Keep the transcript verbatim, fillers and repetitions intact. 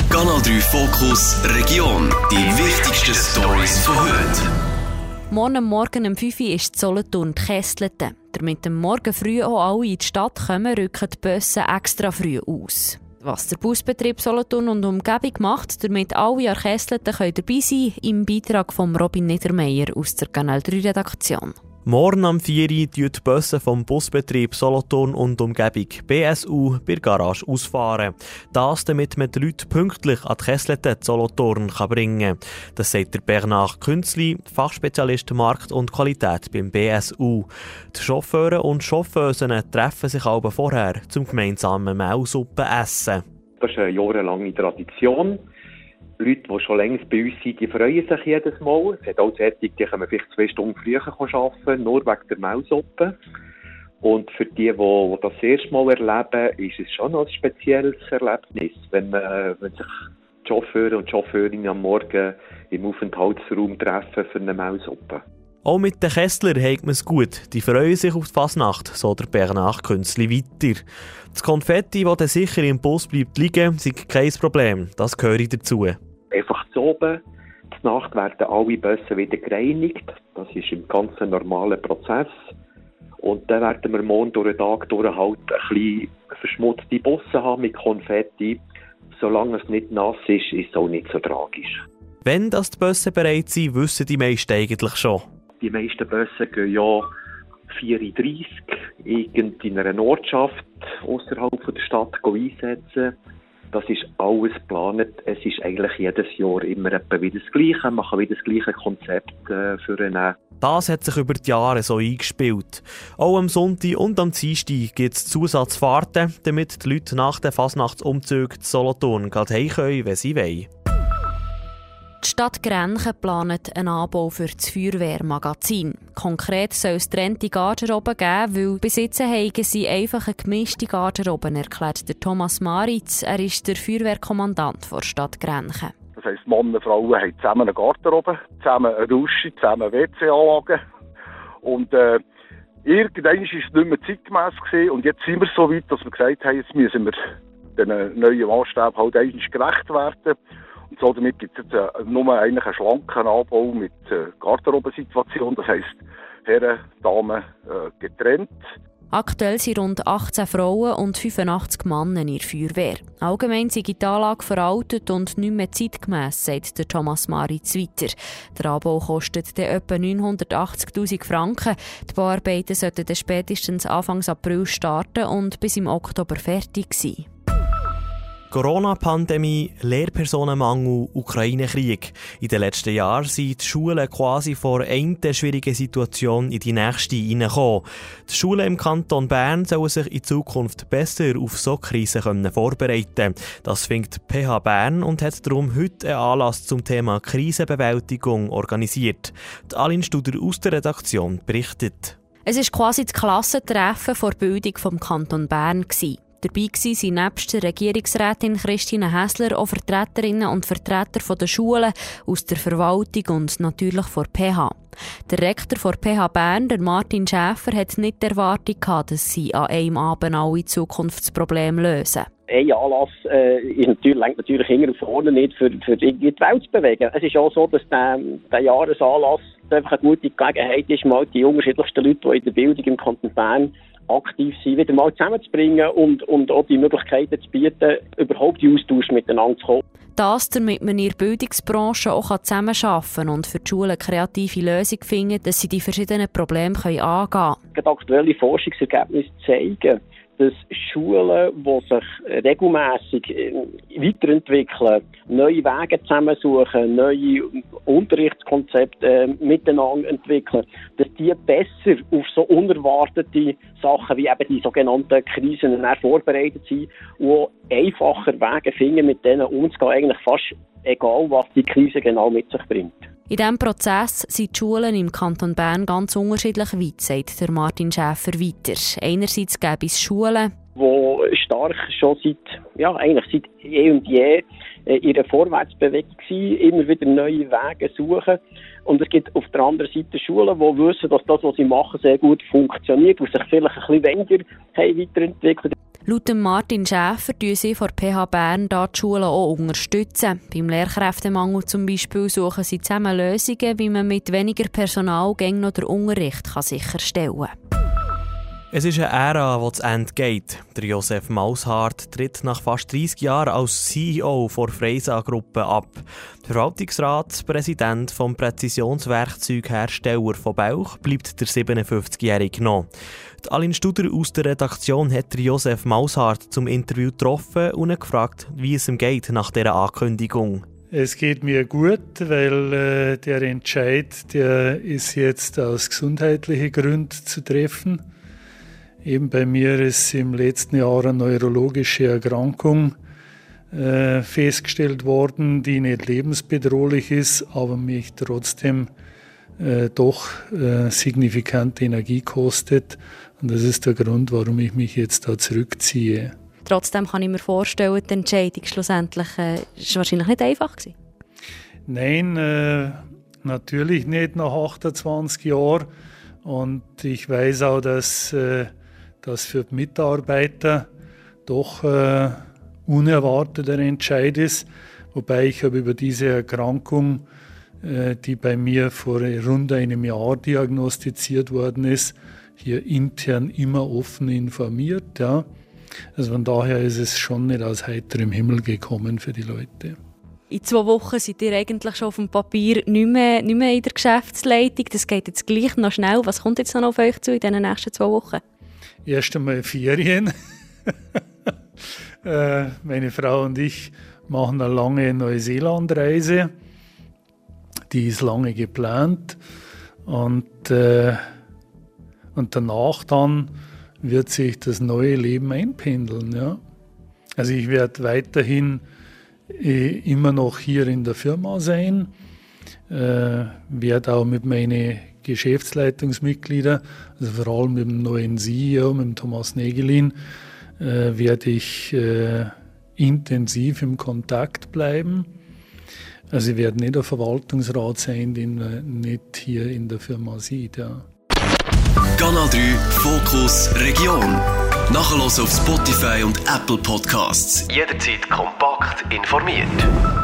Kanal drei Fokus Region. Die wichtigsten Stories von heute. Morgen Morgen um fünf Uhr ist Solothurn Kesselten. Damit am Morgen früh auch alle in die Stadt kommen, rücken die Busse extra früh aus. Was der Busbetrieb Solothurn und Umgebung macht, damit alle an Kesselten dabei sein können, im Beitrag von Robin Niedermeyer aus der Kanal drei Redaktion. Morgen am vier Uhr die Busse vom Busbetrieb Solothurn und Umgebung B S U bei der Garage ausfahren. Das, damit man die Leute pünktlich an die Kesselten Solothurn bringen kann. Das sagt der Bernard Künzli, Fachspezialist Markt und Qualität beim B S U. Die Chauffeure und Chauffeusen treffen sich aber vorher zum gemeinsamen Mehlsuppe essen. Das ist eine jahrelange Tradition. Leute, die schon längst bei uns sind, die freuen sich jedes Mal. Es hat auch solche, die können vielleicht zwei Stunden früher arbeiten, nur wegen der Mehlsuppe. Und für die, die das erste Mal erleben, ist es schon ein spezielles Erlebnis, wenn, man, wenn sich die Chauffeure und Chauffeurinnen am Morgen im Aufenthaltsraum treffen für eine Mehlsuppe. Auch mit den Kesslern hat man es gut. Die freuen sich auf die Fasnacht, so der Bernard Künzli weiter. Das Konfetti, das dann sicher im Bus bleibt liegen, ist kein Problem. Das gehört dazu. Einfach zu oben. Die Nacht werden alle Busse wieder gereinigt. Das ist im ganzen normalen Prozess. Und dann werden wir morgen durch den Tag durch halt ein bisschen verschmutzte Busse haben mit Konfetti. Solange es nicht nass ist, ist es auch nicht so tragisch. Wenn das die Busse bereit sind, wissen die meisten eigentlich schon. Die meisten Busse gehen ja vier Uhr dreißig irgend in einer Ortschaft außerhalb der Stadt einsetzen. Das ist alles geplant. Es ist eigentlich jedes Jahr immer etwa wieder das Gleiche. Man kann wieder das gleiche Konzept äh, für einen. Das hat sich über die Jahre so eingespielt. Auch am Sonntag und am Dienstag gibt es Zusatzfahrten, damit die Leute nach den Fasnachtsumzügen zu Solothurn gerade heim können, wenn sie wollen. Die Stadt Grenchen plant einen Anbau für das Feuerwehrmagazin. Konkret soll es getrennte Garderoben geben, weil bis jetzt haben sie einfach eine gemischte Garderoben, erklärt der Thomas Maritz. Er ist der Feuerwehrkommandant der Stadt Grenchen. Das heisst, Männer und Frauen haben zusammen eine Garderobe, zusammen eine Dusche, zusammen W C-Anlagen. Und äh, irgendwann war es nicht mehr zeitgemäss gewesen. Und jetzt sind wir so weit, dass wir gesagt haben, jetzt müssen wir den neuen Maßstäben halt eigentlich gerecht werden. Und so damit gibt es jetzt äh, nur eigentlich einen schlanken Anbau mit äh, Garderobensituation. Das heisst, Herren, Damen äh, getrennt. Aktuell sind rund achtzehn Frauen und fünfundachtzig Männer in der Feuerwehr. Allgemein sind die Anlage veraltet und nicht mehr zeitgemäss, sagt der Thomas Maritz weiter. Der Anbau kostet dann etwa neunhundertachtzigtausend Franken. Die Bauarbeiten sollten dann spätestens Anfang April starten und bis im Oktober fertig sein. Corona-Pandemie, Lehrpersonenmangel, Ukraine-Krieg. In den letzten Jahren sind die Schulen quasi vor einer schwierigen Situation in die nächste hineingekommen. Die Schulen im Kanton Bern sollen sich in Zukunft besser auf so Krisen vorbereiten. Das findet die P H Bern und hat darum heute einen Anlass zum Thema Krisenbewältigung organisiert. Die Aline Studer aus der Redaktion berichtet. Es war quasi das Klassentreffen vor der Bildung vom Kanton Bern. Dabei waren nebst der Regierungsrätin Christine Häsler auch Vertreterinnen und Vertreter der Schulen, aus der Verwaltung und natürlich von der P H. Der Rektor der P H Bern, der Martin Schäfer, hat nicht die Erwartung gehabt, dass sie an einem Abend alle Zukunftsprobleme lösen. Ein Anlass äh, ist natürlich, lenkt natürlich hinten und vorne nicht, für, für irgendwie die Welt zu bewegen. Es ist auch so, dass der, der Jahresanlass einfach eine gute Gelegenheit ist, mal die unterschiedlichsten Leute, die in der Bildung im Kanton Bern aktiv sind, wieder mal zusammenzubringen und, und auch die Möglichkeiten zu bieten, überhaupt die Austausch miteinander zu kommen. Das, damit man in der Bildungsbranche auch zusammenarbeiten kann und für die Schulen kreative Lösungen finden, dass sie die verschiedenen Probleme angehen können. Gerade aktuelle Forschungsergebnisse zeigen, dass Schulen, die sich regelmässig weiterentwickeln, neue Wege zusammensuchen, neue Unterrichtskonzepte äh, miteinander entwickeln, dass die besser auf so unerwartete Sachen wie eben die sogenannten Krisen vorbereitet sind und auch einfacher Wege finden, mit denen umzugehen, eigentlich fast egal, was die Krise genau mit sich bringt. In diesem Prozess sind die Schulen im Kanton Bern ganz unterschiedlich weit, sagt der Martin Schäfer weiter. Einerseits gäbe es Schulen, die stark schon seit, ja, eigentlich seit je und je in einer Vorwärtsbewegung sind, immer wieder neue Wege suchen. Und es gibt auf der anderen Seite Schulen, die wissen, dass das, was sie machen, sehr gut funktioniert und sich vielleicht ein bisschen weniger haben weiterentwickelt. Laut Martin Schäfer unterstützen sie von P H Bern die Schulen auch unterstützen. Beim Lehrkräftemangel zum Beispiel suchen sie zusammen Lösungen, wie man mit weniger Personal gegen noch den Unterricht kann sicherstellen kann. Es ist eine Ära, die zu Ende geht. Der Josef Maushardt tritt nach fast dreissig Jahren als C E O der Freisa-Gruppe ab. Der Verwaltungsratspräsident vom Präzisionswerkzeughersteller von Bauch bleibt der siebenundfünfzigjährige noch. Die Aline Studer aus der Redaktion hat Josef Maushardt zum Interview getroffen und ihn gefragt, wie es ihm geht nach dieser Ankündigung. Es geht mir gut, weil äh, der Entscheid, der ist jetzt aus gesundheitlichen Gründen zu treffen. Eben bei mir ist im letzten Jahr eine neurologische Erkrankung äh, festgestellt worden, die nicht lebensbedrohlich ist, aber mich trotzdem äh, doch äh, signifikante Energie kostet. Und das ist der Grund, warum ich mich jetzt da zurückziehe. Trotzdem kann ich mir vorstellen, die Entscheidung schlussendlich äh, ist wahrscheinlich nicht einfach gewesen. Nein, äh, natürlich nicht nach achtundzwanzig Jahren. Und ich weiß auch, dass äh, das für die Mitarbeiter doch äh, unerwarteter Entscheid ist. Wobei ich habe über diese Erkrankung, äh, die bei mir vor rund einem Jahr diagnostiziert worden ist, hier intern immer offen informiert. Ja. Also von daher ist es schon nicht aus heiterem Himmel gekommen für die Leute. In zwei Wochen seid ihr eigentlich schon auf dem Papier nicht mehr, nicht mehr in der Geschäftsleitung. Das geht jetzt gleich noch schnell. Was kommt jetzt noch auf euch zu in den nächsten zwei Wochen? Erst einmal Ferien. äh, meine Frau und ich machen eine lange Neuseelandreise. Die ist lange geplant. Und, äh, und danach dann wird sich das neue Leben einpendeln. Ja? Also ich werde weiterhin äh, immer noch hier in der Firma sein, äh, werde auch mit meinen Geschäftsleitungsmitgliedern, also vor allem mit dem neuen C E O, mit dem Thomas Nägelin, äh, werde ich äh, intensiv im Kontakt bleiben. Also ich werde nicht der Verwaltungsrat sein, den man nicht hier in der Firma sieht. Ja. Kanal drei Fokus Region. Nachhören auf Spotify und Apple Podcasts. Jederzeit kompakt informiert.